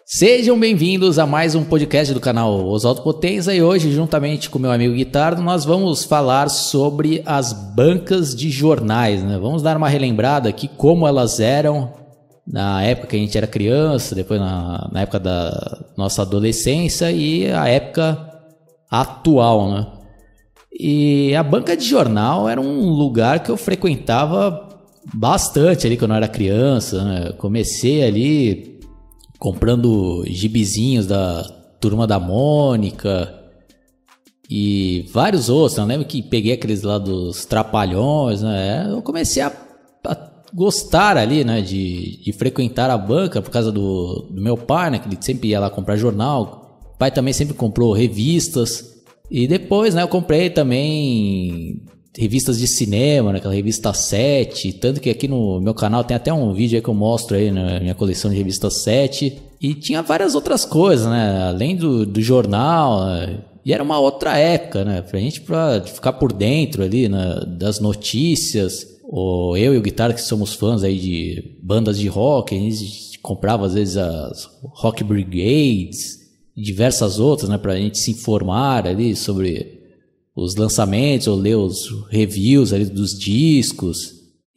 Sejam bem-vindos a mais um podcast do canal Oswaldo Potenza e hoje, juntamente com meu amigo Guitardo, nós vamos falar sobre as bancas de jornais, né? Vamos dar uma relembrada aqui como elas eram na época que a gente era criança, depois na época da nossa adolescência e a época atual, né? E a banca de jornal era um lugar que eu frequentava bastante ali quando eu era criança, né? Comecei ali comprando gibizinhos da Turma da Mônica e vários outros. Eu lembro que peguei aqueles lá dos Trapalhões, né? Eu comecei a gostar ali, né, de frequentar a banca por causa do meu pai, né, que ele sempre ia lá comprar jornal. O pai também sempre comprou revistas. E depois, né, eu comprei também revistas de cinema, né, aquela revista 7, tanto que aqui no meu canal tem até um vídeo aí que eu mostro aí na minha coleção de revistas 7, e tinha várias outras coisas, né, além do jornal, né, e era uma outra época, né, pra gente ficar por dentro ali, né, das notícias. Eu e o Guitardo, que somos fãs aí de bandas de rock, a gente comprava às vezes as Rock Brigades e diversas outras, né, pra gente se informar ali sobre os lançamentos ou ler os reviews ali dos discos.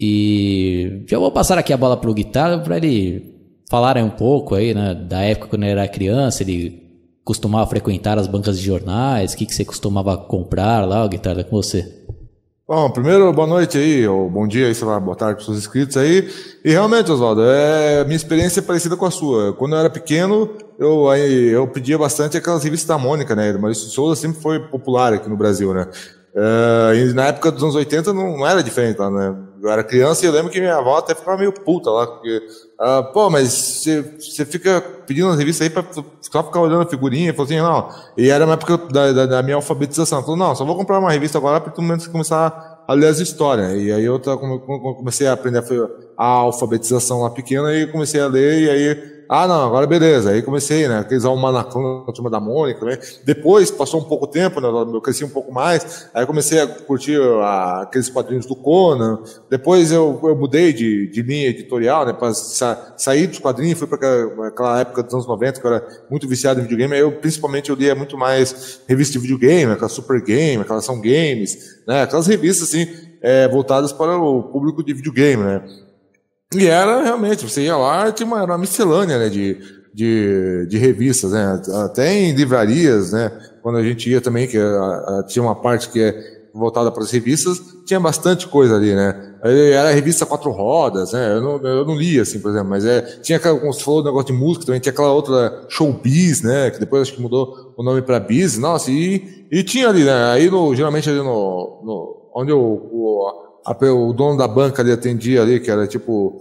E já vou passar aqui a bola pro Guitardo para ele falar aí um pouco aí, né, da época quando ele era criança, ele costumava frequentar as bancas de jornais, o que você costumava comprar lá, o Guitardo, é com você. Bom, primeiro, boa noite aí, ou bom dia aí, sei lá, boa tarde para os seus inscritos aí. E realmente, Oswaldo, minha experiência é parecida com a sua. Quando eu era pequeno, eu pedia bastante aquelas revistas da Mônica, né? O Maurício de Souza sempre foi popular aqui no Brasil, né? E na época dos anos 80 não era diferente lá, né? Eu era criança e eu lembro que minha avó até ficava meio puta lá, porque, mas você fica pedindo as revistas aí pra só ficar olhando a figurinha, e falou assim, não. E era uma época da minha alfabetização. Ela falou, não, só vou comprar uma revista agora pra todo mundo começar a ler as histórias. E aí eu comecei a aprender a alfabetização lá pequena e comecei a ler, e aí não, agora beleza. Aí comecei, né? Aqueles almanacão da Turma da Mônica também. Depois, passou um pouco tempo, né? Eu cresci um pouco mais. Aí comecei a curtir aqueles quadrinhos do Conan. Depois eu mudei de linha editorial, né? Pra sair dos quadrinhos, fui para aquela época dos anos 90, que eu era muito viciado em videogame. Aí principalmente eu lia muito mais revistas de videogame, aquela Super Game, aquelas São Games, né? Aquelas revistas, assim, voltadas para o público de videogame, né? E era realmente, você ia lá, era uma miscelânea, né, de revistas, né, até em livrarias, né, quando a gente ia também, que tinha uma parte que é voltada para as revistas, tinha bastante coisa ali, né, era a revista Quatro Rodas, né, eu não lia, assim, por exemplo, mas tinha aquela, como você falou, negócio de música também, tinha aquela outra Showbiz, né, que depois acho que mudou o nome para Biz, nossa, e tinha ali, né, aí geralmente ali onde o dono da banca ali atendia ali, que era tipo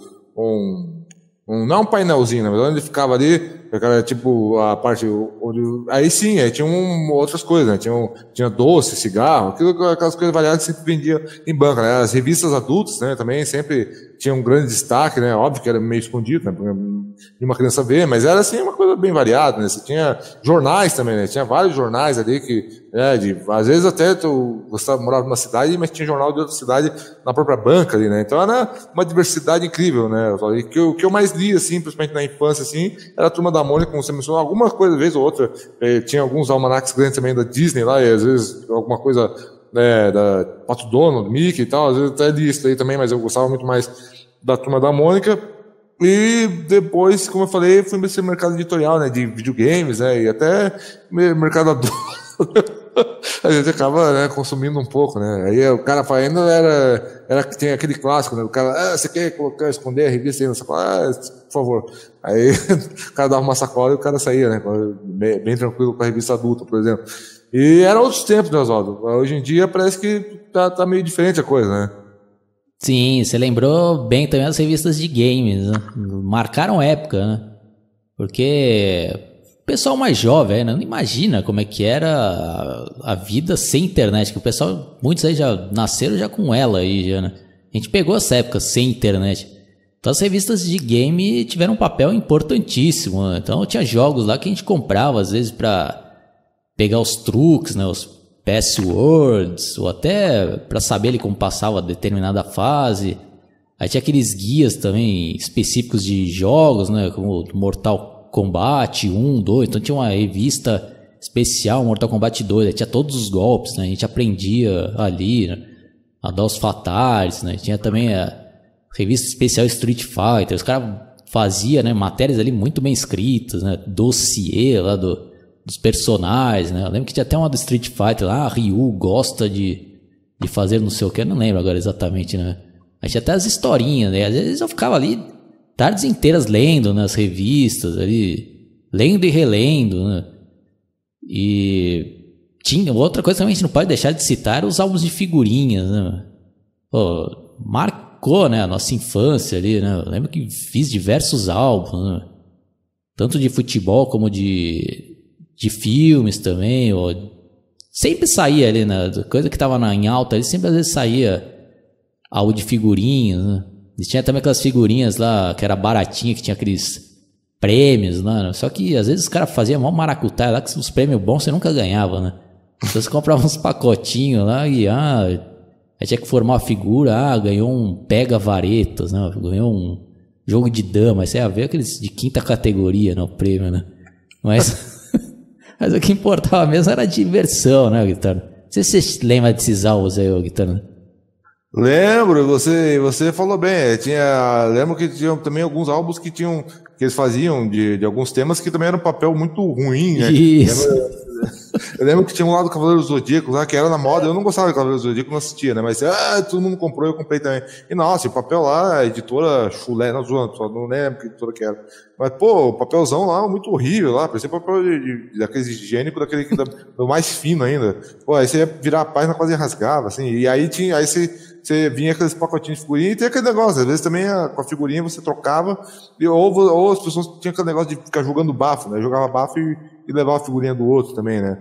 não um painelzinho, né, mas onde ele ficava ali, que era tipo a parte onde, aí sim, aí tinha outras coisas, né, tinha doce, cigarro, aquelas coisas variadas que sempre vendia em banca, né, as revistas adultas, né, também sempre tinha um grande destaque, né, óbvio que era meio escondido, né, de uma criança ver, mas era assim uma coisa bem variada, né, você tinha jornais também, né, tinha vários jornais ali que, às vezes até você morava numa cidade, mas tinha jornal de outra cidade na própria banca ali, né, então era uma diversidade incrível, né, e o que eu mais lia, assim, principalmente na infância, assim, era a Turma da Mônica, como você mencionou, alguma coisa, vez ou outra, tinha alguns almanacs grandes também da Disney lá, e às vezes alguma coisa, né, da Pato Donald, Mickey e tal, às vezes até li isso aí também, mas eu gostava muito mais da Turma da Mônica. E depois, como eu falei, fui nesse mercado editorial, né, de videogames, né, e até mercado adulto. A gente acaba, né, consumindo um pouco, né, aí o cara ainda tem aquele clássico, né, o cara, você quer esconder a revista aí na sacola? Por favor. Aí o cara dava uma sacola e o cara saía, né, bem tranquilo com a revista adulta, por exemplo. E eram outros tempos, né, Oswaldo? Hoje em dia parece que tá meio diferente a coisa, né? Sim, você lembrou bem também as revistas de games, né? Marcaram época, né? Porque o pessoal mais jovem, né, não imagina como é que era a vida sem internet, que o pessoal, muitos aí já nasceram já com ela aí, já, né? A gente pegou essa época sem internet. Então as revistas de game tiveram um papel importantíssimo, né? Então tinha jogos lá que a gente comprava às vezes pra pegar os truques, né, os passwords, ou até para saber ali como passava determinada fase. Aí tinha aqueles guias também específicos de jogos, né, como Mortal Kombat 1, 2, então tinha uma revista especial, Mortal Kombat 2, aí tinha todos os golpes, né? A gente aprendia ali, né? A dar os fatales, né? Tinha também a revista especial Street Fighter, os caras faziam, né, matérias ali muito bem escritas, né? Dossiê lá dos personagens, né? Eu lembro que tinha até uma do Street Fighter lá, Ryu gosta de fazer não sei o que, eu não lembro agora exatamente, né? Aí tinha até as historinhas, né? Às vezes eu ficava ali tardes inteiras lendo nas revistas, ali, lendo e relendo, né? E tinha outra coisa também que a gente não pode deixar de citar, era os álbuns de figurinhas, né? Pô, marcou, né, a nossa infância ali, né? Eu lembro que fiz diversos álbuns, né? Tanto de futebol como de filmes também, sempre saía ali, né? Coisa que tava em alta, ali sempre às vezes saía álbum de figurinhas, né? E tinha também aquelas figurinhas lá que era baratinha, que tinha aqueles prêmios lá, né? Só que às vezes os caras faziam mó maracutaia lá, que os prêmios bons você nunca ganhava, né? Então você comprava uns pacotinhos lá e aí tinha que formar uma figura, ganhou um pega-varetas, né? Ganhou um jogo de damas, você ia ver aqueles de quinta categoria, né? O prêmio, né? Mas o que importava mesmo era a diversão, né, Guitarra? Não sei se você lembra desses álbuns aí, Guitarra. Lembro, você falou bem. Lembro que tinha também alguns álbuns que eles faziam de alguns temas que também era um papel muito ruim, né? Isso. Eu lembro que tinha um lado do Cavaleiro do Zodíaco lá, que era na moda. Eu não gostava de Cavaleiro do Zodíaco, não assistia, né? Mas todo mundo comprou, eu comprei também. E nossa, o papel lá, a editora Chulé, não zoando, só não lembro que editora que era. Mas, pô, o papelzão lá, muito horrível lá, parecia papel daquele higiênico, daquele do mais fino ainda. Pô, aí você ia virar a página, quase rasgava, assim. E aí você vinha aqueles pacotinhos de figurinha e tem aquele negócio, às vezes também com a figurinha você trocava, ou as pessoas tinham aquele negócio de ficar jogando bafo, né? Jogava bafo e levava a figurinha do outro também, né?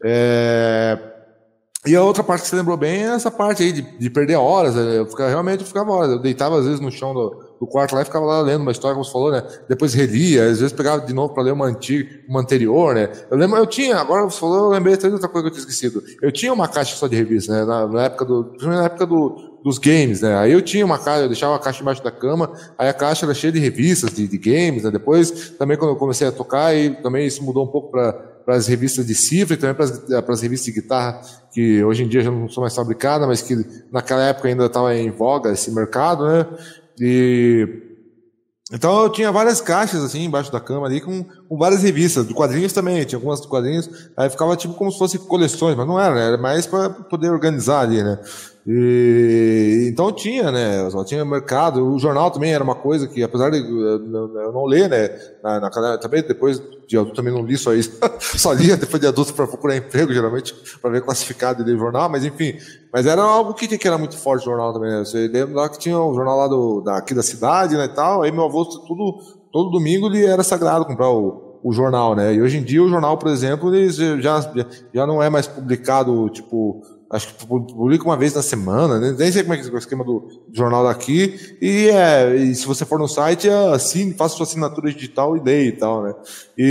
E a outra parte que você lembrou bem é essa parte aí de perder horas, né? Realmente eu ficava horas, eu deitava às vezes no chão do quarto lá e ficava lá lendo uma história, como você falou, né? Depois relia, às vezes pegava de novo para ler uma anterior, né? Eu lembro, agora você falou, eu lembrei até de outra coisa que eu tinha esquecido. Eu tinha uma caixa só de revista, né? Na época dos games, né? Aí eu tinha uma caixa, eu deixava a caixa embaixo da cama, aí a caixa era cheia de revistas de games, né? Depois, também quando eu comecei a tocar, e também isso mudou um pouco para as revistas de cifra e também para as revistas de guitarra, que hoje em dia já não são mais fabricadas, mas que naquela época ainda estava em voga esse mercado, né? Então eu tinha várias caixas assim embaixo da cama ali com várias revistas, de quadrinhos também, tinha algumas de quadrinhos, aí ficava tipo como se fosse coleções, mas não era, né? Era mais para poder organizar ali, né? Então tinha, né? Só tinha mercado, o jornal também era uma coisa que, apesar de eu não ler, né? Também depois de adulto também não li só isso, só lia depois de adulto para procurar emprego, geralmente, para ver classificado de jornal, mas enfim. Mas era algo que era muito forte o jornal também, né? Você lembra lá que tinha o jornal lá aqui da cidade, né, e tal, aí meu avô todo domingo ele era sagrado comprar o jornal, né? E hoje em dia o jornal, por exemplo, ele já não é mais publicado, tipo, acho que publica uma vez na semana, né? Nem sei como é que é o esquema do jornal daqui, e se você for no site, faça sua assinatura digital e leia e tal, né?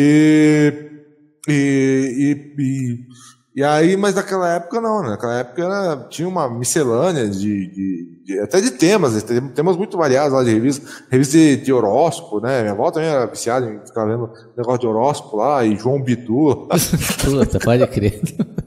E aí, mas naquela época não, né? Naquela época tinha uma miscelânea até de temas, né? Temas muito variados lá de revista de horóscopo, né? Minha avó também era viciada em ficar vendo negócio de horóscopo lá, e João Bidu. Puta, pode crer.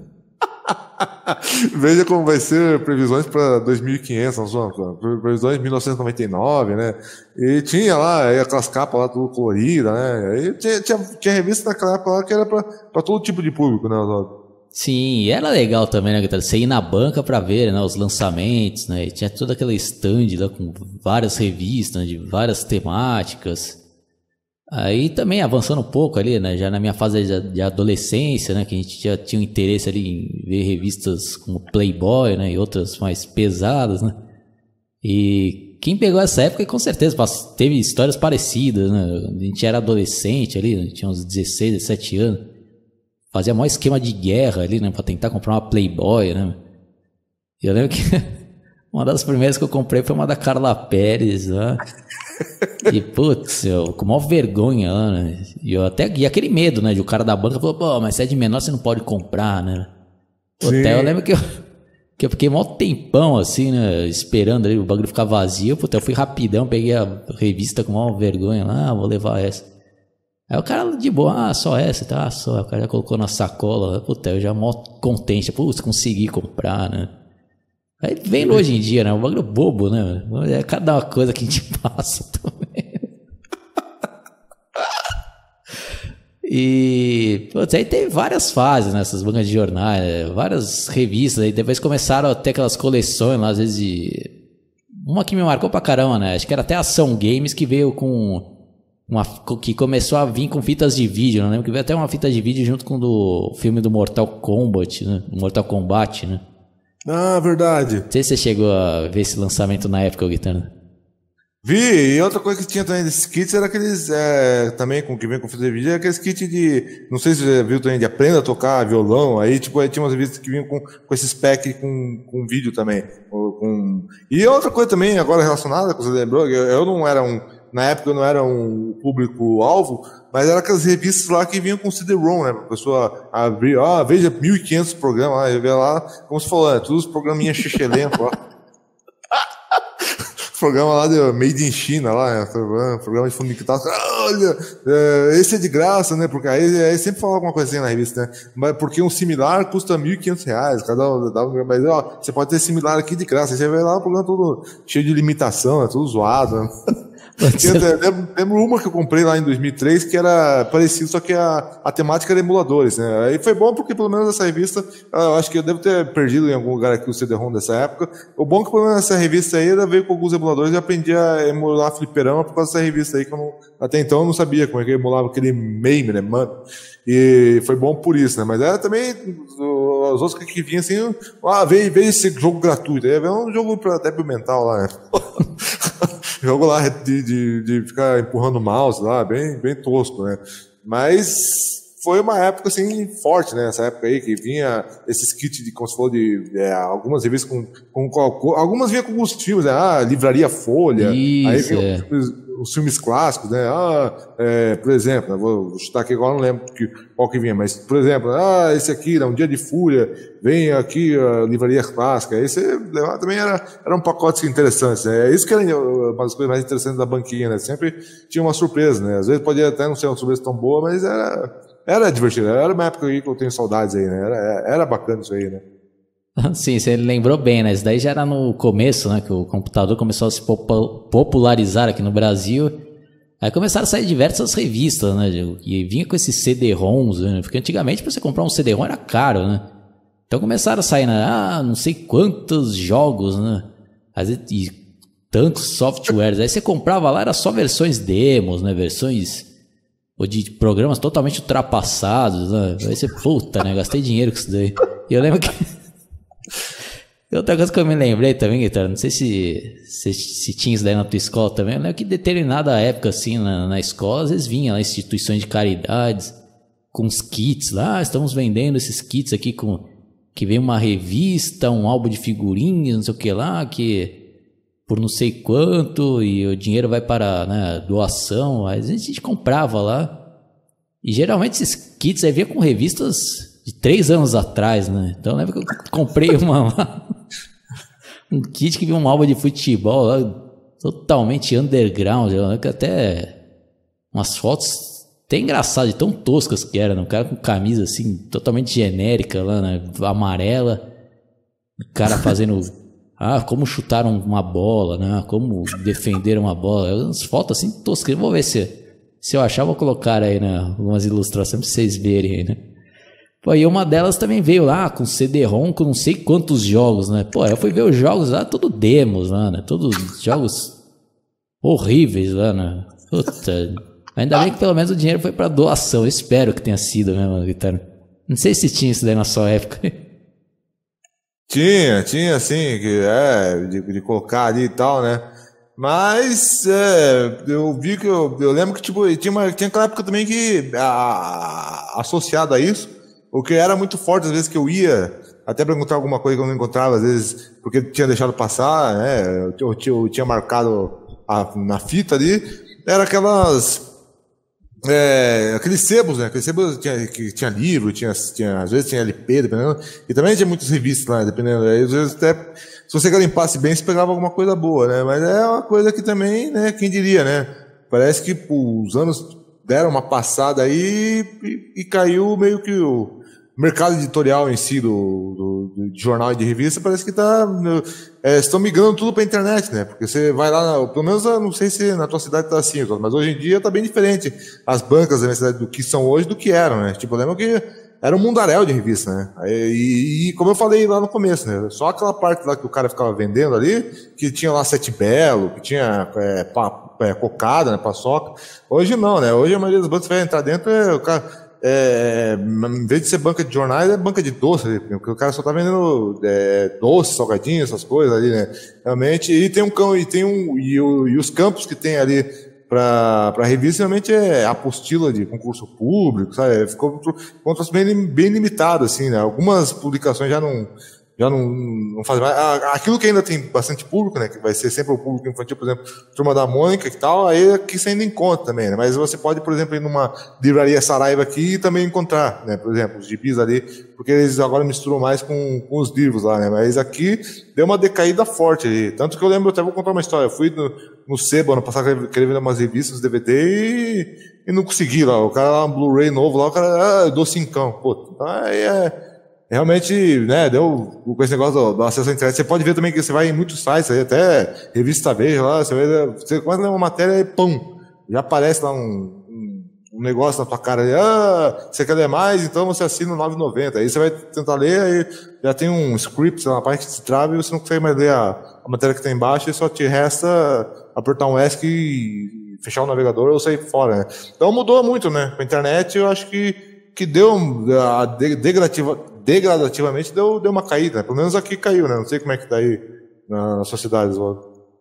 Veja como vai ser previsões para 2500, previsões de 1999, né? E tinha lá aquelas capas lá tudo colorida, né? E tinha revista naquela época lá que era para todo tipo de público, né, Oswaldo? Sim, era legal também, né, Guitarra? Você ir na banca pra ver, né, os lançamentos, né? E tinha toda aquela stand lá com várias revistas, né, de várias temáticas. Aí também avançando um pouco ali, né, já na minha fase de adolescência, né, que a gente já tinha um interesse ali em ver revistas como Playboy, né, e outras mais pesadas, né. E quem pegou essa época com certeza teve histórias parecidas, né. A gente era adolescente ali, né, tinha uns 16, 17 anos. Fazia maior esquema de guerra ali, né? Pra tentar comprar uma Playboy, né? E eu lembro que uma das primeiras que eu comprei foi uma da Carla Pérez, né? E, putz, com maior vergonha lá, né? E aquele medo, né? De o cara da banca falou, pô, mas se é de menor você não pode comprar, né? Até eu lembro que eu fiquei maior tempão, assim, né? Esperando ali o bagulho ficar vazio. Puta, eu fui rapidão, peguei a revista com maior vergonha lá, vou levar essa. Aí o cara de boa, só essa, tá? Só. O cara já colocou na sacola, puta, eu já mó contente, putz, consegui comprar, né? Aí vem hoje em dia, né? Um bagulho bobo, né? É cada coisa que a gente passa também. E putz, aí teve várias fases nessas bancas de jornais, várias revistas, aí depois começaram a ter aquelas coleções lá, às vezes de... Uma que me marcou pra caramba, né? Acho que era até Ação Games, que veio com que começou a vir com fitas de vídeo, não lembro, que veio até uma fita de vídeo junto com o do filme do Mortal Kombat, né? Mortal Kombat, né? Ah, verdade. Não sei se você chegou a ver esse lançamento na época, Guitarra. Vi, e outra coisa que tinha também desses kits era aqueles, também com que vem com fita de vídeo, é aqueles kits de, não sei se você viu também, de aprenda a tocar violão, aí tipo, aí tinha umas revistas que vinham com esses packs com vídeo também. E outra coisa também, agora relacionada, que você lembrou, eu não era na época eu não era um público-alvo, mas era aquelas revistas lá que vinham com CD-ROM, né? Pra pessoa abrir, veja 1.500 programas lá, e ver lá, como você falou, todos os programinhas xixelento lá. Programa lá de Made in China, lá, programa de fundo de quintal. Olha, esse é de graça, né? Porque aí sempre fala alguma coisinha na revista, né? Mas porque um similar custa R$1.500, mas você pode ter similar aqui de graça. Aí você vai lá, o programa todo cheio de limitação, todo zoado, né? Lembro uma que eu comprei lá em 2003 que era parecido, só que a temática era emuladores, né? Aí foi bom porque pelo menos essa revista, eu acho que eu devo ter perdido em algum lugar aqui o CD-ROM dessa época. O bom é que pelo menos essa revista aí ela veio com alguns emuladores e eu aprendi a emular fliperama por causa dessa revista aí que até então eu não sabia como é que eu emulava aquele MAME, né, mano? E foi bom por isso, né? Mas era também os outros que vinham assim, veio esse jogo gratuito, aí veio um jogo pra débil mental lá, né? Jogo lá de ficar empurrando o mouse lá, bem tosco, né? Mas foi uma época, assim, forte, né? Essa época aí, que vinha esses kits de, como você falou, algumas revistas algumas vinham com alguns filmes, né? Livraria Folha. Isso, aí vinha os filmes clássicos, né? Por exemplo, né? Vou chutar aqui agora, não lembro qual que vinha, mas, por exemplo, esse aqui, né? Um Dia de Fúria, vem aqui a Livraria Clássica. Aí você levava, também eram pacotes interessantes, né? É isso que era uma das coisas mais interessantes da banquinha, né? Sempre tinha uma surpresa, né? Às vezes podia até não ser uma surpresa tão boa, mas era divertido. Era uma época aí que eu tenho saudades aí, né? Era bacana isso aí, né? Sim, você lembrou bem, né? Isso daí já era no começo, né? Que o computador começou a se popularizar aqui no Brasil. Aí começaram a sair diversas revistas, né? E vinha com esses CD-ROMs, né? Porque antigamente pra você comprar um CD-ROM era caro, né? Então começaram a sair, né? Não sei quantos jogos, né? E tantos softwares. Aí você comprava lá, era só versões demos, né? Versões ou de programas totalmente ultrapassados, né? Aí você, puta, né? Gastei dinheiro com isso daí. E eu lembro que... Outra coisa que eu me lembrei também, Guitarra, não sei se tinha isso daí na tua escola também, eu lembro que em determinada época, assim, na escola, às vezes vinha lá instituições de caridades com os kits lá, estamos vendendo esses kits aqui que vem uma revista, um álbum de figurinhas, não sei o que lá, que por não sei quanto, e o dinheiro vai para, né, doação. Às vezes a gente comprava lá, e geralmente esses kits aí vinha com revistas de 3 anos atrás, né? Então eu lembro que eu comprei um kit que vinha um álbum de futebol lá, totalmente underground. Eu lembro que até umas fotos até engraçadas, de tão toscas que era, né? Um cara com camisa assim, totalmente genérica lá, né? Amarela. O cara fazendo... como chutaram uma bola, né? Como defenderam uma bola. Umas fotos assim toscas. Vou ver se eu achar, vou colocar aí, né? Algumas ilustrações pra vocês verem aí, né? Pô, e uma delas também veio lá com CD-ROM, com não sei quantos jogos, né? Pô, eu fui ver os jogos lá, tudo demos lá, né? Todos jogos horríveis lá, né? Puta. Ainda bem que pelo menos o dinheiro foi pra doação. Eu espero que tenha sido mesmo, Guitarra. Não sei se tinha isso daí na sua época. Tinha, assim, de colocar ali e tal, né? Mas eu vi que eu lembro que tipo, tinha aquela época também que associado a isso, o que era muito forte, às vezes que eu ia até para encontrar alguma coisa que eu não encontrava, às vezes porque tinha deixado passar, né? Eu tinha marcado na fita ali, era aqueles sebos, né? Aqueles sebos que tinha livro, às vezes tinha LP, dependendo, e também tinha muitas revistas lá, dependendo, aí, às vezes até, se você garimpasse bem, você pegava alguma coisa boa, né? Mas é uma coisa que também, né, quem diria, né? Parece que os anos deram uma passada aí e caiu meio que o mercado editorial em si de jornal e de revista. Parece que estão migrando tudo para a internet, né? Porque você vai lá, pelo menos eu não sei se na tua cidade está assim, mas hoje em dia está bem diferente as bancas da minha cidade do que são hoje do que eram, né? Tipo, eu lembro que era um mundaréu de revista, né? E como eu falei lá no começo, né? Só aquela parte lá que o cara ficava vendendo ali, que tinha lá Sete Belo, que tinha cocada, né? Paçoca. Hoje não, né? Hoje a maioria das bancas vai entrar dentro, o cara... em vez de ser banca de jornais, é banca de doce ali, porque o cara só tá vendendo doce, salgadinho, essas coisas ali, né? Realmente, e os campos que tem ali para revista, realmente é apostila de concurso público, sabe? Ficou bem limitado, assim, né? Algumas publicações já não fazem mais. Aquilo que ainda tem bastante público, né? Que vai ser sempre o público infantil, por exemplo, Turma da Mônica e tal, aí aqui você ainda encontra também, né? Mas você pode, por exemplo, ir numa livraria Saraiva aqui e também encontrar, né? Por exemplo, os gibis ali, porque eles agora misturam mais com os livros lá, né? Mas aqui deu uma decaída forte ali. Tanto que eu lembro, eu até vou contar uma história. Eu fui no Sebo ano passado, queria ver umas revistas, DVD e não consegui lá. O cara lá, um Blu-ray novo lá, o cara, eu dou 5. Pô, aí realmente, né, deu com esse negócio do acesso à internet. Você pode ver também que você vai em muitos sites, aí, até revista Veja lá, você começa a ler uma matéria e pum, já aparece lá um negócio na tua cara ali, você quer ler mais, então você assina o 9,90. Aí você vai tentar ler, aí já tem um script na parte que se trava e você não consegue mais ler a matéria que está embaixo, e só te resta apertar um ESC e fechar o navegador ou sair fora, né? Então mudou muito, né? Com a internet eu acho que deu degradativamente deu uma caída, né? Pelo menos aqui caiu, né? Não sei como é que tá aí na sua cidade, Oswaldo.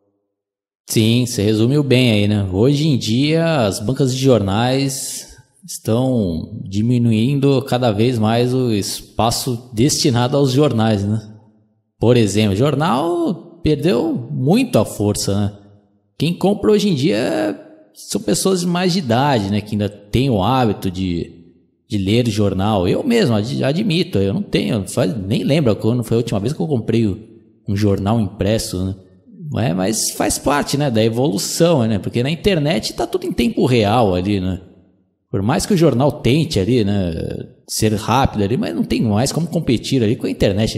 Sim, você resumiu bem aí, né? Hoje em dia as bancas de jornais estão diminuindo cada vez mais o espaço destinado aos jornais, né? Por exemplo, o jornal perdeu muito a força, né? Quem compra hoje em dia são pessoas mais de idade, né? Que ainda têm o hábito de ler jornal. Eu mesmo admito, eu não tenho, nem lembro quando foi a última vez que eu comprei um jornal impresso, né? Mas faz parte, né, da evolução, né? Porque na internet tá tudo em tempo real ali, né? Por mais que o jornal tente ali, né, ser rápido ali, mas não tem mais como competir ali com a internet.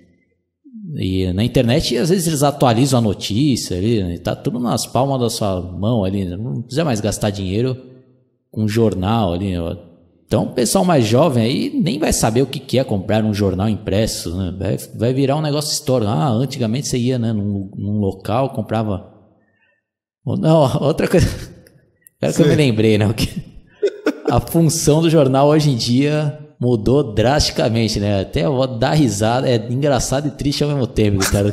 E na internet, às vezes, eles atualizam a notícia ali, né? Tá tudo nas palmas da sua mão ali, né? Não precisa mais gastar dinheiro com jornal ali, ó. Então, o pessoal mais jovem aí nem vai saber o que é comprar um jornal impresso, né? Vai virar um negócio histórico. Antigamente você ia, né, num local, comprava... Não, outra coisa... Agora que eu me lembrei, né? A função do jornal hoje em dia mudou drasticamente, né? Até eu vou dar risada, é engraçado e triste ao mesmo tempo, cara.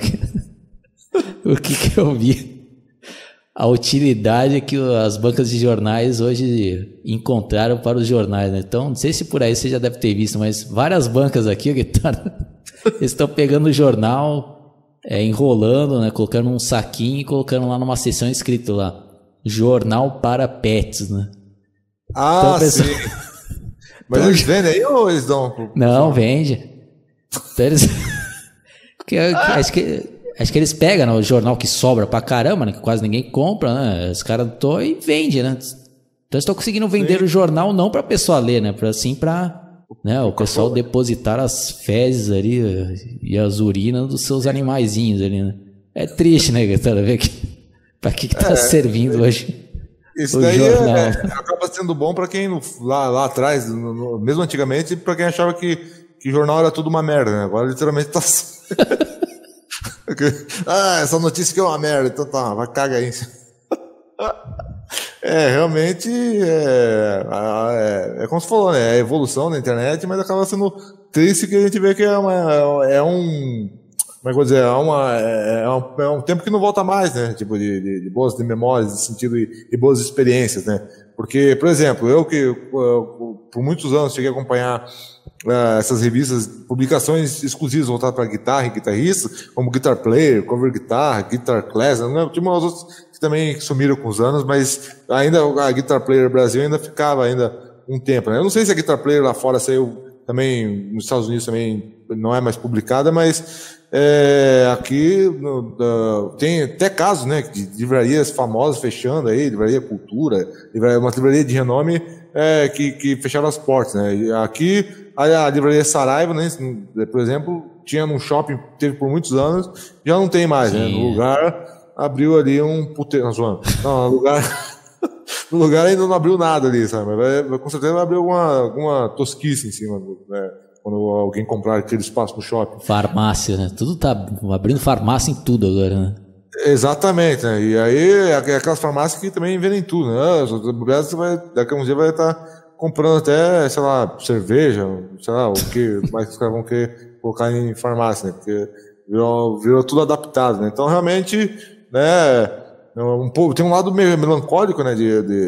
O que eu vi? A utilidade que as bancas de jornais hoje encontraram para os jornais, né? Então, não sei se por aí você já deve ter visto, mas várias bancas aqui, eles estão pegando o jornal, enrolando, né? Colocando num saquinho e colocando lá numa seção escrito lá, Jornal para Pets, né? Então, Sim. Mas eles vendem aí ou eles dão? Não, vende. Então, porque acho que eles pegam, né, o jornal que sobra pra caramba, né, que quase ninguém compra, né? Os caras e vendem, né? Então eles estão conseguindo vender o jornal não pra pessoa ler, né? Pra né, o pessoal depositar as fezes ali e as urinas dos seus animaizinhos ali, né? É triste, né, galera? Ver pra que tá servindo hoje. Isso daí acaba sendo bom para quem lá atrás, mesmo antigamente, para quem achava que jornal era tudo uma merda, né? Agora literalmente tá essa notícia que é uma merda, então tá, vai cagar aí. Realmente é como você falou, né? É a evolução da internet, mas acaba sendo triste que a gente vê que como é que eu vou dizer, é um tempo que não volta mais, né? Tipo, de boas memórias, de sentido e boas experiências, né? Porque, por exemplo, eu por muitos anos cheguei a acompanhar essas revistas, publicações exclusivas voltadas para guitarra e guitarristas, como Guitar Player, Cover Guitar, Guitar Class, né? Tinha umas outras que também sumiram com os anos, mas ainda a Guitar Player Brasil ainda ficava um tempo, né? Eu não sei se a Guitar Player lá fora saiu também nos Estados Unidos também não é mais publicada, mas aqui tem até casos, né, de livrarias famosas fechando aí, Livraria Cultura, uma livraria de renome que fecharam as portas, né? Aqui a livraria Saraiva, né, por exemplo, tinha num shopping, teve por muitos anos, já não tem mais, né? No lugar abriu ali um puteiro, não, no lugar ainda não abriu nada ali, sabe? Mas com certeza vai abrir alguma tosquice em cima, né? Quando alguém comprar aquele espaço no shopping. Farmácia, né? Tudo tá abrindo farmácia em tudo agora, né? Exatamente, né? E aí, aquelas farmácias que também vendem tudo, né? Daqui a uns dias vai estar comprando até, sei lá, cerveja, sei lá, o que mais os caras vão querer colocar em farmácia, né? Porque virou tudo adaptado, né? Então, realmente, né, tem um lado meio melancólico, né,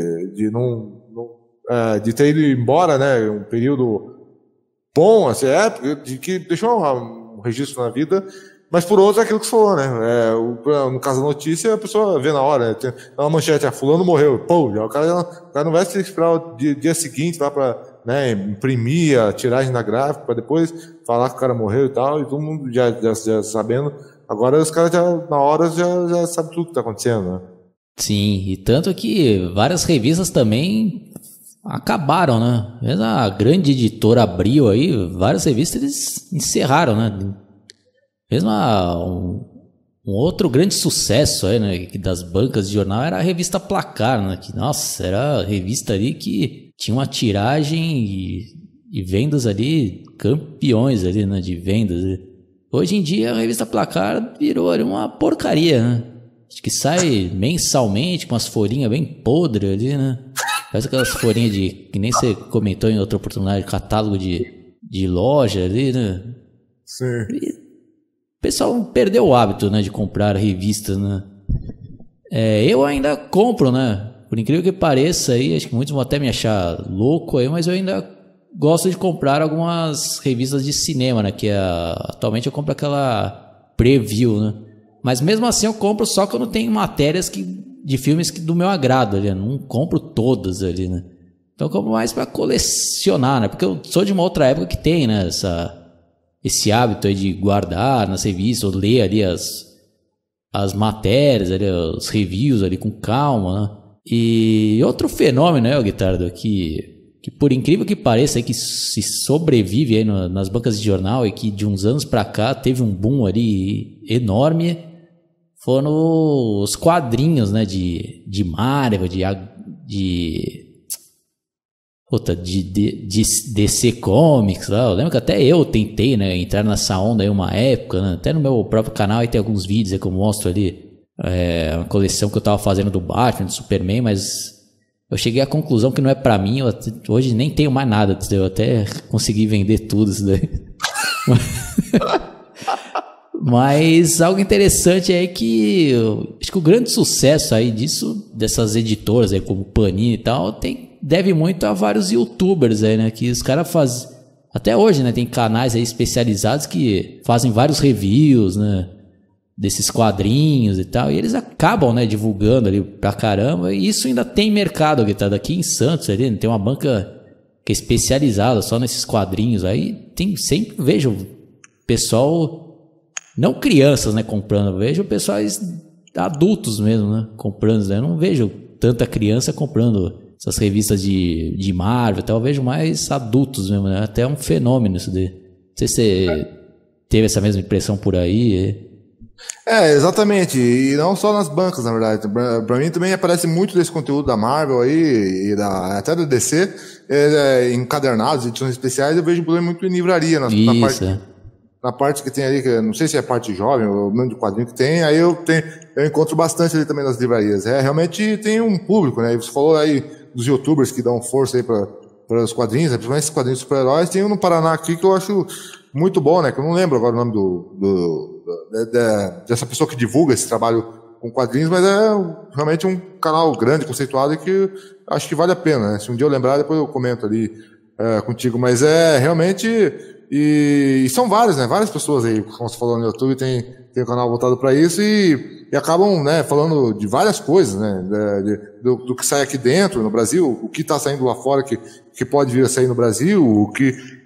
de ter ido embora, né, um período bom, assim, de que deixou um registro na vida, mas por outro é aquilo que você falou, né? No caso da notícia, a pessoa vê na hora, né? Tem uma manchete, fulano morreu, pô, já o cara não vai se esperar o dia seguinte lá pra, né, imprimir a tiragem da gráfica, pra depois falar que o cara morreu e tal, e todo mundo já sabendo. Agora os caras na hora já sabem tudo que tá acontecendo, né? Sim, e tanto que várias revistas também acabaram, né? Mesmo a grande editora Abril aí, várias revistas eles encerraram, né? Mesmo um outro grande sucesso aí, né, das bancas de jornal era a revista Placar, né? Que, nossa, era a revista ali que tinha uma tiragem e vendas ali, campeões ali, né, de vendas. Hoje em dia a revista Placar virou ali uma porcaria, né? Acho que sai mensalmente com umas folhinhas bem podres ali, né? Faz aquelas folhinhas que nem você comentou em outra oportunidade, catálogo de loja ali, né? Sim. E o pessoal perdeu o hábito, né, de comprar revistas, né? Eu ainda compro, né? Por incrível que pareça aí, acho que muitos vão até me achar louco aí, mas eu ainda gosto de comprar algumas revistas de cinema, né? Atualmente eu compro aquela Preview, né? Mas mesmo assim eu compro só quando tem matérias de filmes do meu agrado ali, né? Não compro todas ali, né? Então eu compro mais para colecionar, né? Porque eu sou de uma outra época que tem, né, esse hábito aí de guardar nas revistas, ou ler ali as matérias, ali, os reviews ali com calma, né? E outro fenômeno, né, Guitardo, que por incrível que pareça aí, que se sobrevive aí nas bancas de jornal e que de uns anos pra cá teve um boom ali enorme, foram os quadrinhos, né, de Marvel, de DC Comics lá. Eu lembro que até eu tentei, né, entrar nessa onda aí uma época, né? Até no meu próprio canal aí tem alguns vídeos aí que eu mostro ali uma coleção que eu tava fazendo do Batman, do Superman, mas eu cheguei à conclusão que não é pra mim. Hoje nem tenho mais nada, eu até consegui vender tudo isso daí. Mas algo interessante é que acho que o grande sucesso aí dessas editoras aí como Panini e tal, deve muito a vários youtubers aí, né? Que os caras fazem, até hoje, né? Tem canais aí especializados que fazem vários reviews, né? Desses quadrinhos e tal, e eles acabam, né, divulgando ali pra caramba, e isso ainda tem mercado, que tá daqui em Santos ali, tem uma banca que é especializada só nesses quadrinhos aí, sempre vejo pessoal, não crianças, né, comprando, vejo pessoais adultos mesmo, né, comprando, né, eu não vejo tanta criança comprando essas revistas de Marvel, eu vejo mais adultos mesmo, né, até um fenômeno isso daí. Não sei se você teve essa mesma impressão por aí. Exatamente, e não só nas bancas, na verdade. Pra mim também aparece muito desse conteúdo da Marvel aí, e até da DC, encadernados, edições especiais. Eu vejo muito em livraria, na parte que tem ali, que não sei se é parte jovem ou o número de quadrinho que tem, aí eu encontro bastante ali também nas livrarias. Realmente tem um público, né? E você falou aí dos youtubers que dão força aí para os quadrinhos, né? Principalmente esses quadrinhos de super-heróis. Tem um no Paraná aqui que eu acho muito bom, né? Que eu não lembro agora o nome dessa pessoa que divulga esse trabalho com quadrinhos, mas é realmente um canal grande, conceituado, e que acho que vale a pena, né? Se um dia eu lembrar, depois eu comento ali contigo, mas realmente, e são vários, né? Várias pessoas aí, como você falou no YouTube, tem um canal voltado para isso e acabam, né, falando de várias coisas, né? Do que sai aqui dentro, no Brasil, o que está saindo lá fora que pode vir a sair no Brasil, o que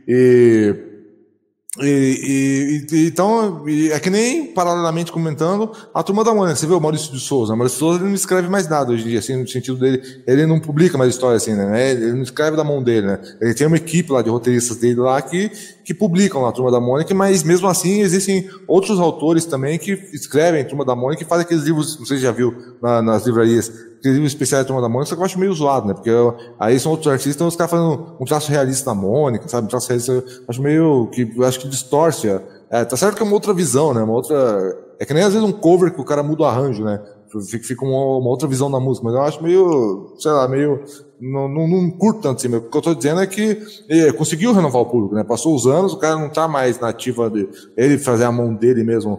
Então, é que nem, paralelamente comentando, a Turma da Mônica. Você vê o Maurício de Souza. O Maurício de Souza ele não escreve mais nada hoje em dia, assim, no sentido dele, ele não publica mais história, assim, né? Ele não escreve da mão dele, né? Ele tem uma equipe lá de roteiristas dele lá que publicam lá a Turma da Mônica, mas mesmo assim existem outros autores também que escrevem Turma da Mônica e fazem aqueles livros, não sei se já viu nas livrarias, aqueles livros especiais da Turma da Mônica, só que eu acho meio zoado, né? Porque aí são outros artistas, então os caras fazendo um traço realista da Mônica, sabe? Um traço realista, eu acho meio que, eu acho que distorce. Tá certo que é uma outra visão, né? Uma outra. É que nem às vezes um cover que o cara muda o arranjo, né? Fica uma outra visão da música, mas eu acho meio, sei lá, meio. Não curto tanto assim, o que eu tô dizendo é que ele conseguiu renovar o público, né? Passou os anos, o cara não tá mais na ativa de ele fazer a mão dele mesmo.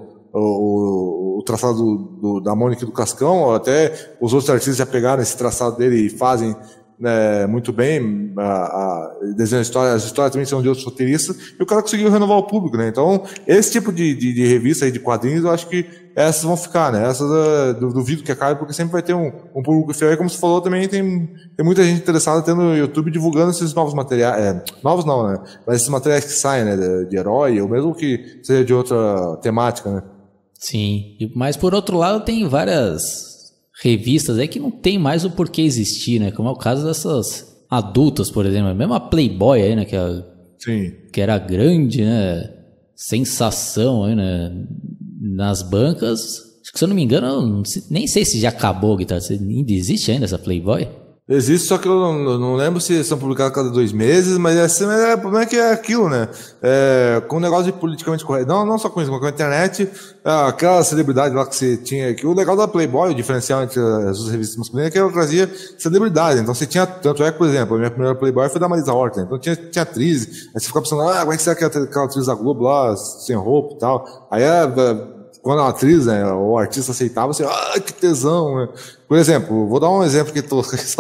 O traçado da Mônica e do Cascão, ou até os outros artistas já pegaram esse traçado dele e fazem muito bem, desenham as histórias também são de outros roteiristas, e o cara conseguiu renovar o público, né? Então, esse tipo de revista aí, de quadrinhos, eu acho que essas vão ficar, né? Essas duvido que acabe, porque sempre vai ter um público fiel, e como você falou, também tem muita gente interessada tendo no YouTube divulgando esses novos materiais, novos não, né? Mas esses materiais que saem, né? De herói, ou mesmo que seja de outra temática, né? Sim, mas por outro lado tem várias revistas aí que não tem mais o porquê existir, né? Como é o caso dessas adultas, por exemplo. Mesmo a Playboy aí, né? Que era grande, né? Sensação aí, né? Nas bancas. Acho que, se eu não me engano, nem sei se já acabou, Guitarra. Ainda existe ainda essa Playboy? Existe, só que eu não lembro se são publicados a cada 2 meses, mas o problema é que é aquilo, né? Com o negócio de politicamente correto. Não só com isso, mas com a internet, aquela celebridade lá que você tinha. Que o legal da Playboy, o diferencial entre as revistas masculinas, é que ela trazia celebridade. Então você tinha, tanto é que, por exemplo, a minha primeira Playboy foi da Marisa Hort, né? Então tinha atriz, aí você ficava pensando, como é que será que é aquela atriz da Globo lá, sem roupa e tal. Aí quando a atriz, né, ou o artista aceitava, você, que tesão, né? Por exemplo, vou dar um exemplo que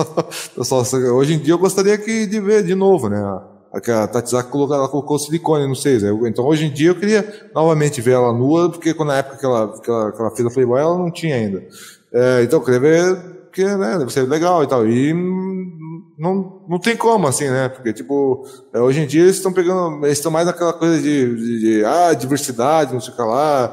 hoje em dia eu gostaria de ver de novo, né? A Tati Zak colocou silicone nos seios. Então hoje em dia eu queria novamente ver ela nua, porque na época que ela fez a Playboy ela não tinha ainda. Então eu queria ver, porque, né, deve ser legal e tal. E não tem como, assim, né? Porque, tipo, hoje em dia eles estão mais naquela coisa de diversidade, não sei o que lá,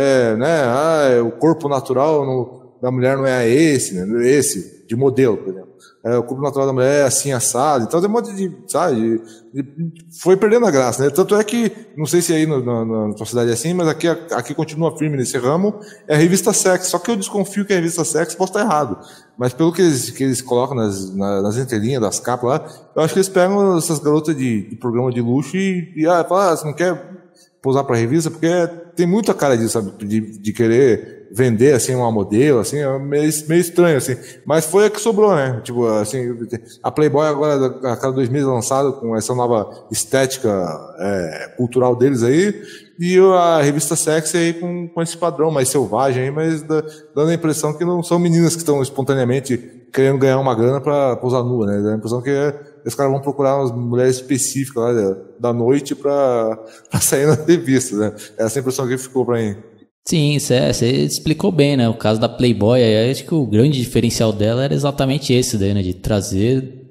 né? O corpo natural da mulher não é esse, né? Esse, de modelo, por exemplo. O corpo natural da mulher é assim, assado. Então tem um monte sabe? Foi perdendo a graça, né? Tanto é que, não sei se aí na tua cidade é assim, mas aqui continua firme nesse ramo, é a revista Sex. Só que eu desconfio que a revista Sex possa estar errado. Mas pelo que eles colocam nas entrelinhas das capas lá, eu acho que eles pegam essas garotas de programa de luxo e falam, você não quer posar pra revista? Porque tem muita cara disso, sabe? De querer vender, assim, uma modelo, assim, é meio estranho, assim. Mas foi a que sobrou, né? Tipo, assim, a Playboy agora, a cada 2 meses lançada, com essa nova estética cultural deles aí, e a revista Sex aí com esse padrão mais selvagem aí, mas dando a impressão que não são meninas que estão espontaneamente querendo ganhar uma grana pra posar nua, né? Dá a impressão que os caras vão procurar umas mulheres específicas lá da noite pra sair na revista, né? Essa é a impressão que ficou pra mim. Sim, você explicou bem, né? O caso da Playboy, aí acho que o grande diferencial dela era exatamente esse daí, né? De trazer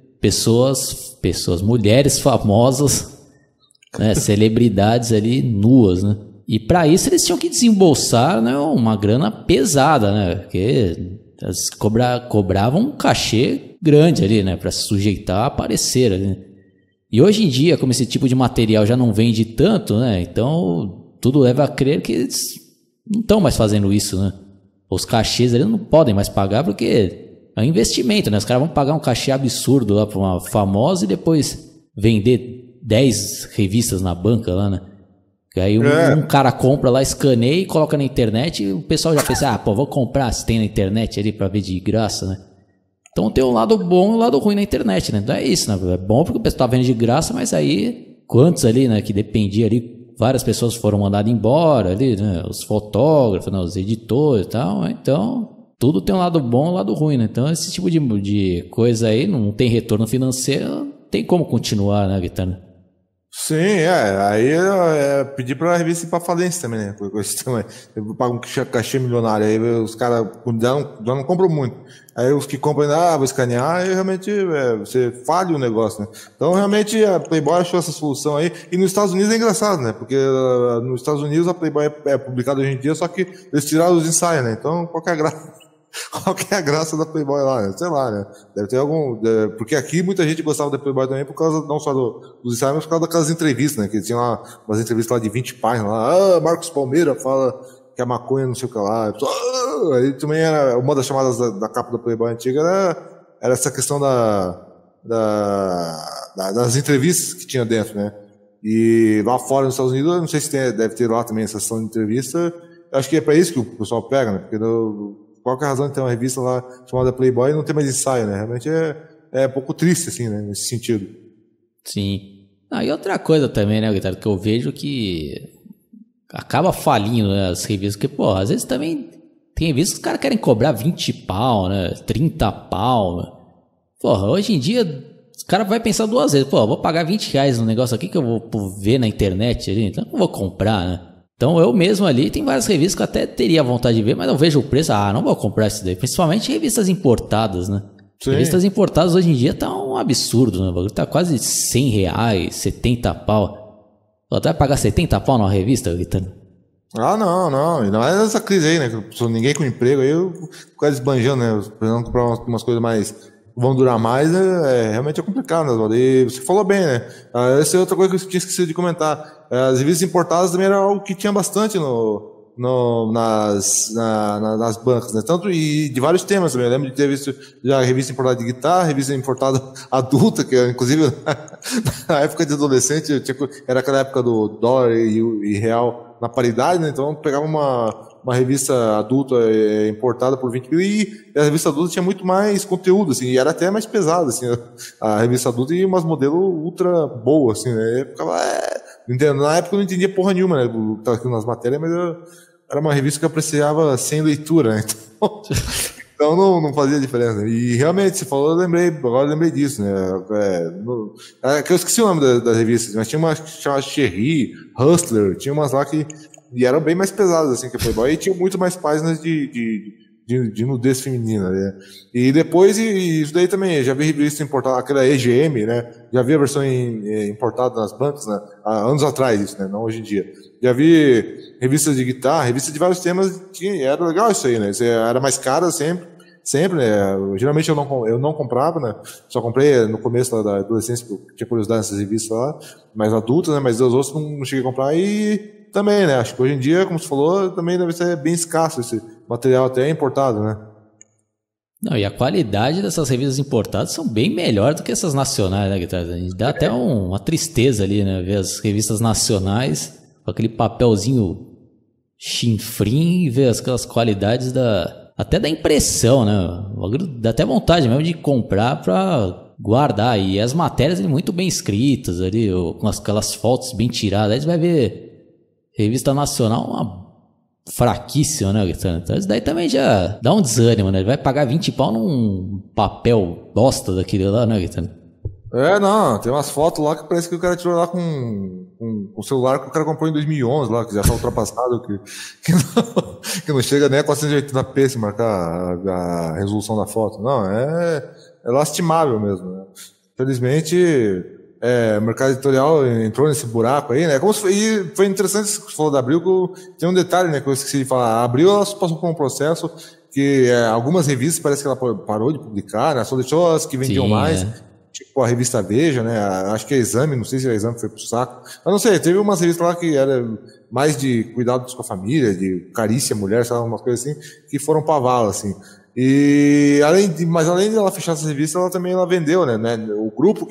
mulheres famosas, né? Celebridades ali nuas, né? E para isso eles tinham que desembolsar, né, uma grana pesada, né? Porque eles cobravam um cachê grande ali, né? Para se sujeitar a aparecer ali. E hoje em dia, como esse tipo de material já não vende tanto, né? Então tudo leva a crer que eles não estão mais fazendo isso, né? Os cachês eles não podem mais pagar porque é um investimento, né? Os caras vão pagar um cachê absurdo lá para uma famosa e depois vender 10 revistas na banca lá, né? Que aí um cara compra lá, escaneia e coloca na internet e o pessoal já pensa, vou comprar se tem na internet ali para ver de graça, né? Então tem um lado bom e um lado ruim na internet, né? Então é isso, né? É bom porque o pessoal tá vendo de graça, mas aí quantos ali, né, que dependia ali, várias pessoas foram mandadas embora ali, né? Os fotógrafos, né? Os editores e tal, né? Então tudo tem um lado bom e um lado ruim, né? Então esse tipo de coisa aí não tem retorno financeiro, não tem como continuar, né, Guitarra? Sim, aí pedir pra revista ir pra falência também, né? Coisa assim também. Eu pago um cachê milionário, aí os caras já não compram muito. Aí os que compram ainda, vou escanear, aí realmente você falha o negócio, né? Então realmente a Playboy achou essa solução aí. E nos Estados Unidos é engraçado, né? Porque nos Estados Unidos a Playboy é publicada hoje em dia, só que eles tiraram os ensaios, né? Então qual que é a graça? Qual que é a graça da Playboy lá, né? Sei lá, né? Deve ter algum. Porque aqui muita gente gostava da Playboy também por causa, não só dos ensaios, mas por causa daquelas entrevistas, né? Que tinha lá umas entrevistas lá de 20 páginas lá. Marcos Palmeira fala que a maconha não sei o que lá. Aí também era. Uma das chamadas da capa da Playboy antiga era essa questão das entrevistas que tinha dentro, né? E lá fora nos Estados Unidos, eu não sei se deve ter lá também essa sessão de entrevista. Eu acho que é pra isso que o pessoal pega, né? Porque qualquer razão de ter uma revista lá chamada Playboy e não ter mais ensaio, né? Realmente é um pouco triste, assim, né? Nesse sentido. Sim. E outra coisa também, né, Guitarra, que eu vejo que acaba falindo, né, as revistas, porque, pô, às vezes também tem revistas que os caras querem cobrar 20 pau, né, 30 pau, né? Porra, hoje em dia os caras vão pensar duas vezes, pô, eu vou pagar 20 reais no negócio aqui que eu vou ver na internet ali, então eu não vou comprar, né? Então eu mesmo ali, tem várias revistas que eu até teria vontade de ver, mas eu vejo o preço, não vou comprar isso daí. Principalmente revistas importadas, né? Sim. Revistas importadas hoje em dia tá um absurdo, né? O bagulho tá quase 100 reais, 70 pau. Você vai pagar 70 pau numa revista, Vitor? Não. E não é essa crise aí, né? Ninguém com emprego aí, eu quase esbanjando, né? Precisando comprar umas coisas mais vão durar mais, né? Realmente é complicado, né, Oswaldo? E você falou bem, né? Essa é outra coisa que eu tinha esquecido de comentar. As revistas importadas também era algo que tinha bastante nas bancas, né? Tanto e de vários temas também. Eu lembro de ter visto já a revista importada de guitarra, revista importada adulta, que inclusive na época de adolescente, era aquela época do dólar e real na paridade, né? Então eu pegava uma revista adulta importada por 20 mil e a revista adulta tinha muito mais conteúdo, assim, e era até mais pesada, assim, a revista adulta e umas modelos ultra boas, assim, né? Eu ficava, na época eu não entendia porra nenhuma, né? Eu tava aqui nas matérias, mas era uma revista que eu apreciava sem leitura, né? Então não fazia diferença. E realmente, você falou, agora eu lembrei disso, né? Que eu esqueci o nome das revistas, mas tinha uma que chamava Cherry, Hustler, tinha umas lá que e eram bem mais pesadas, assim, que a Playboy, e tinha muito mais páginas de nudez feminina, né? E depois, isso daí também, já vi revista importada, aquela EGM, né? Já vi a versão importada nas bancas, né? Há anos atrás, isso, né? Não hoje em dia. Já vi revistas de guitarra, revistas de vários temas, era legal isso aí, né? Era mais cara sempre, né? Geralmente eu não comprava, né? Só comprei no começo da adolescência, porque tinha curiosidade nessas revistas lá, mais adultas, né? Mas os outros não cheguei a comprar e também, né? Acho que hoje em dia, como você falou, também deve ser bem escasso esse material até importado, né? Não, e a qualidade dessas revistas importadas são bem melhores do que essas nacionais, né, Guitarra? A gente dá até uma tristeza ali, né? Ver as revistas nacionais com aquele papelzinho chinfrim e ver aquelas qualidades até da impressão, né? Dá até vontade mesmo de comprar pra guardar. E as matérias muito bem escritas ali, com aquelas fotos bem tiradas. Aí você vai ver revista nacional, uma fraquíssima, né, Guitarra? Então isso daí também já dá um desânimo, né? Ele vai pagar 20 pau num papel bosta daquele lá, né, Guitarra? Não, tem umas fotos lá que parece que o cara tirou lá com o celular que o cara comprou em 2011 lá, que já tá ultrapassado, que não chega nem a 480p se marcar a resolução da foto. Não, é lastimável mesmo, né? Infelizmente, o mercado editorial entrou nesse buraco aí, né? E foi interessante isso que você falou da Abril, que tem um detalhe, né, que eu esqueci de falar. A Abril, ela passou por um processo que algumas revistas parece que ela parou de publicar, né? Só deixou as que vendiam mais. Tipo a revista Veja, né? Acho que a Exame, não sei se a Exame foi pro saco. Mas não sei, teve umas revistas lá que era mais de cuidados com a família, de carícia à mulher, sabe, umas coisas assim, que foram pra vala, assim. Mas além de ela fechar essa revista, ela vendeu, né? O grupo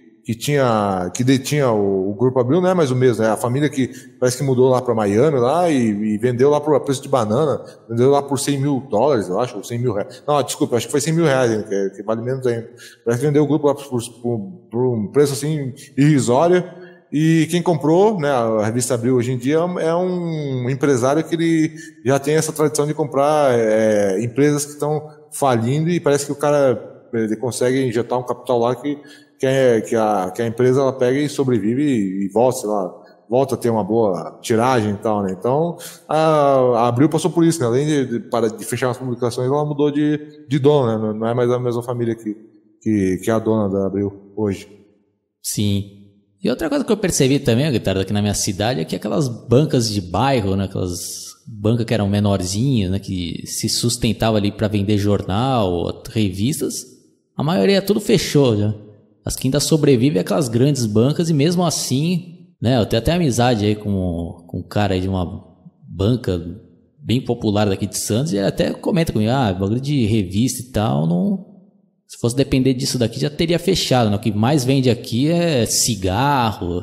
que detinha o Grupo Abril não é mais o mesmo, né? A família que parece que mudou lá para Miami lá e vendeu lá por preço de banana, vendeu lá por $100 mil, eu acho, ou 100 mil reais. Não, desculpa, acho que foi 100 mil reais, né? Que vale menos ainda. Parece que vendeu o grupo lá por um preço assim irrisório. E quem comprou, né, a revista Abril hoje em dia é um empresário que ele já tem essa tradição de comprar empresas que estão falindo e parece que o cara ele consegue injetar um capital lá que que a empresa ela pega e sobrevive e volta, sei lá, volta a ter uma boa tiragem e tal, né? Então, a Abril passou por isso, né? Além de fechar as publicações, ela mudou de dono, né? Não é mais a mesma família que é a dona da Abril hoje. Sim. E outra coisa que eu percebi também, Guitardo, aqui na minha cidade, é que aquelas bancas de bairro, né? Aquelas bancas que eram menorzinhas, né? Que se sustentavam ali para vender jornal, revistas, a maioria tudo fechou, já. As que ainda sobrevivem aquelas grandes bancas e mesmo assim... Né, eu tenho até amizade aí com um cara aí de uma banca bem popular daqui de Santos, e ele até comenta comigo, bagulho de revista e tal, não, se fosse depender disso daqui já teria fechado, né? O que mais vende aqui é cigarro,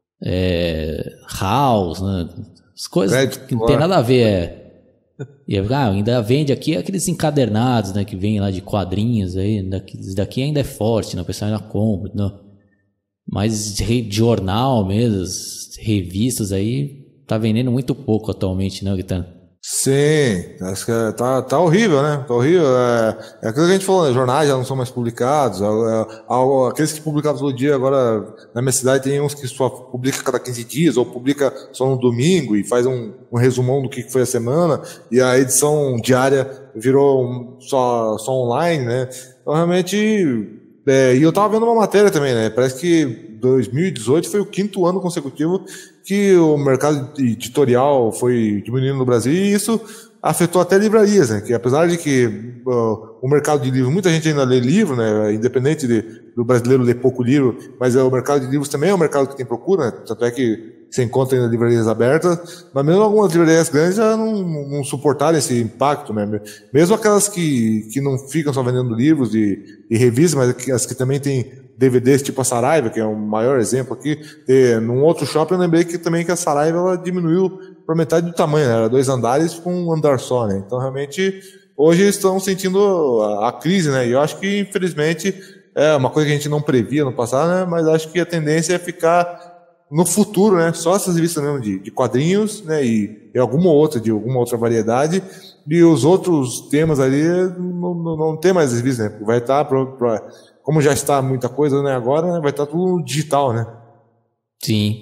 house, né? As coisas que não tem nada a ver. E ainda vende aqui aqueles encadernados, né, que vem lá de quadrinhos aí, daqui ainda é forte, né? O pessoal ainda compra, né? Mas de jornal mesmo, revistas aí, tá vendendo muito pouco atualmente, né, Guitarra? Sim, acho que tá horrível, né? Tá horrível. É aquilo que a gente falou, né? Jornais já não são mais publicados. Aqueles que publicavam todo dia, agora na minha cidade tem uns que só publica cada 15 dias, ou publica só no domingo e faz um resumão do que foi a semana, e a edição diária virou só online, né? Então realmente... e eu tava vendo uma matéria também, né? Parece que 2018 foi o 5º ano consecutivo que o mercado editorial foi diminuindo no Brasil, e isso afetou até livrarias, né? Que apesar de que o mercado de livros, muita gente ainda lê livro, né? Independente do brasileiro ler pouco livro, mas o mercado de livros também é um mercado que tem procura, né? Tanto é que você encontra ainda livrarias abertas, mas mesmo algumas livrarias grandes já não suportaram esse impacto, né? Mesmo aquelas que não ficam só vendendo livros e revistas, mas as que também têm DVDs tipo a Saraiva, que é o maior exemplo aqui. Num outro shopping eu lembrei que a Saraiva ela diminuiu para metade do tamanho, né? Era 2 andares com um andar só, né? Então realmente hoje eles estão sentindo a crise, né? E eu acho que infelizmente é uma coisa que a gente não previa no passado, né? Mas acho que a tendência é ficar no futuro, né? Só essas revistas mesmo de quadrinhos, né? E alguma outra variedade, e os outros temas ali não tem mais revistas, né? Vai estar como já está muita coisa, né? Agora, né? Vai estar tudo digital, né? Sim.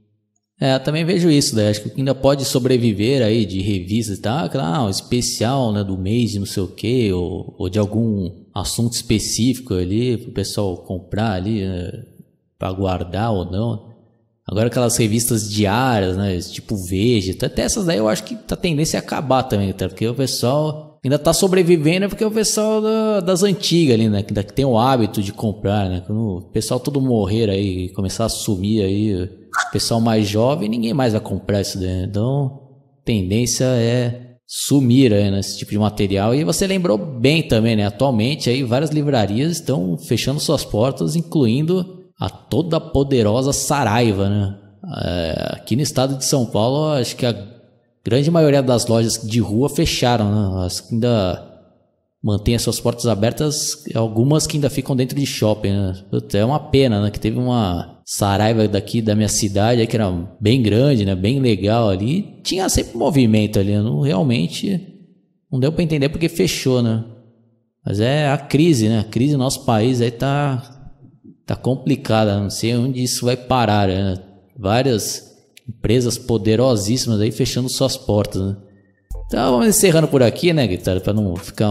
Eu também vejo isso, né? Acho que ainda pode sobreviver aí de revistas e tal, um especial, né, do mês de não sei o quê, ou de algum assunto específico ali pro pessoal comprar ali, né, para guardar ou não. Agora aquelas revistas diárias, né, tipo Veja, até essas daí eu acho que a tendência é acabar também, tá? Porque o pessoal ainda tá sobrevivendo, porque o pessoal das antigas ali, né, que tem o hábito de comprar, né? Quando o pessoal todo morrer aí, começar a sumir aí, o pessoal mais jovem, ninguém mais vai comprar isso daí. Então, a tendência é sumir aí nesse tipo de material. E você lembrou bem também, né? Atualmente aí várias livrarias estão fechando suas portas, incluindo a toda poderosa Saraiva, né? Aqui no estado de São Paulo, acho que a grande maioria das lojas de rua fecharam, né? As que ainda mantêm as suas portas abertas, algumas que ainda ficam dentro de shopping, né? É uma pena, né? Que teve uma Saraiva daqui da minha cidade, que era bem grande, né? Bem legal ali. Tinha sempre movimento ali, realmente não deu para entender porque fechou, né? Mas é a crise, né? A crise no nosso país aí tá complicada, não sei onde isso vai parar, né? Várias empresas poderosíssimas aí fechando suas portas, né? Então vamos encerrando por aqui, né, Guitarra, para não ficar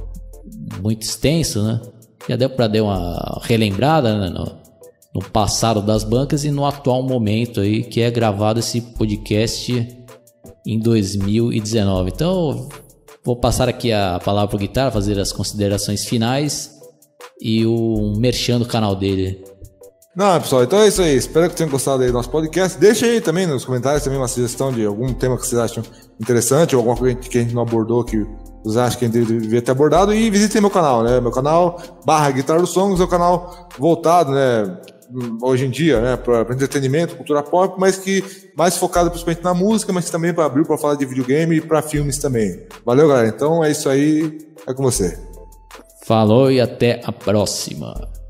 muito extenso, né? Já deu para dar uma relembrada, né, no passado das bancas e no atual momento aí que é gravado esse podcast em 2019. Então vou passar aqui a palavra para o Guitarra, fazer as considerações finais e o merchan do canal dele. Não, pessoal, então é isso aí. Espero que tenham gostado aí do nosso podcast. Deixa aí também nos comentários também uma sugestão de algum tema que vocês acham interessante, ou alguma coisa que a gente não abordou que vocês acham que a gente devia ter abordado. E visitem meu canal, né? Meu canal /Guitar dos Songs é um canal voltado, né, hoje em dia, né, para entretenimento, cultura pop, mas que mais focado principalmente na música, mas também para abrir para falar de videogame e para filmes também. Valeu, galera. Então é isso aí. É com você. Falou e até a próxima.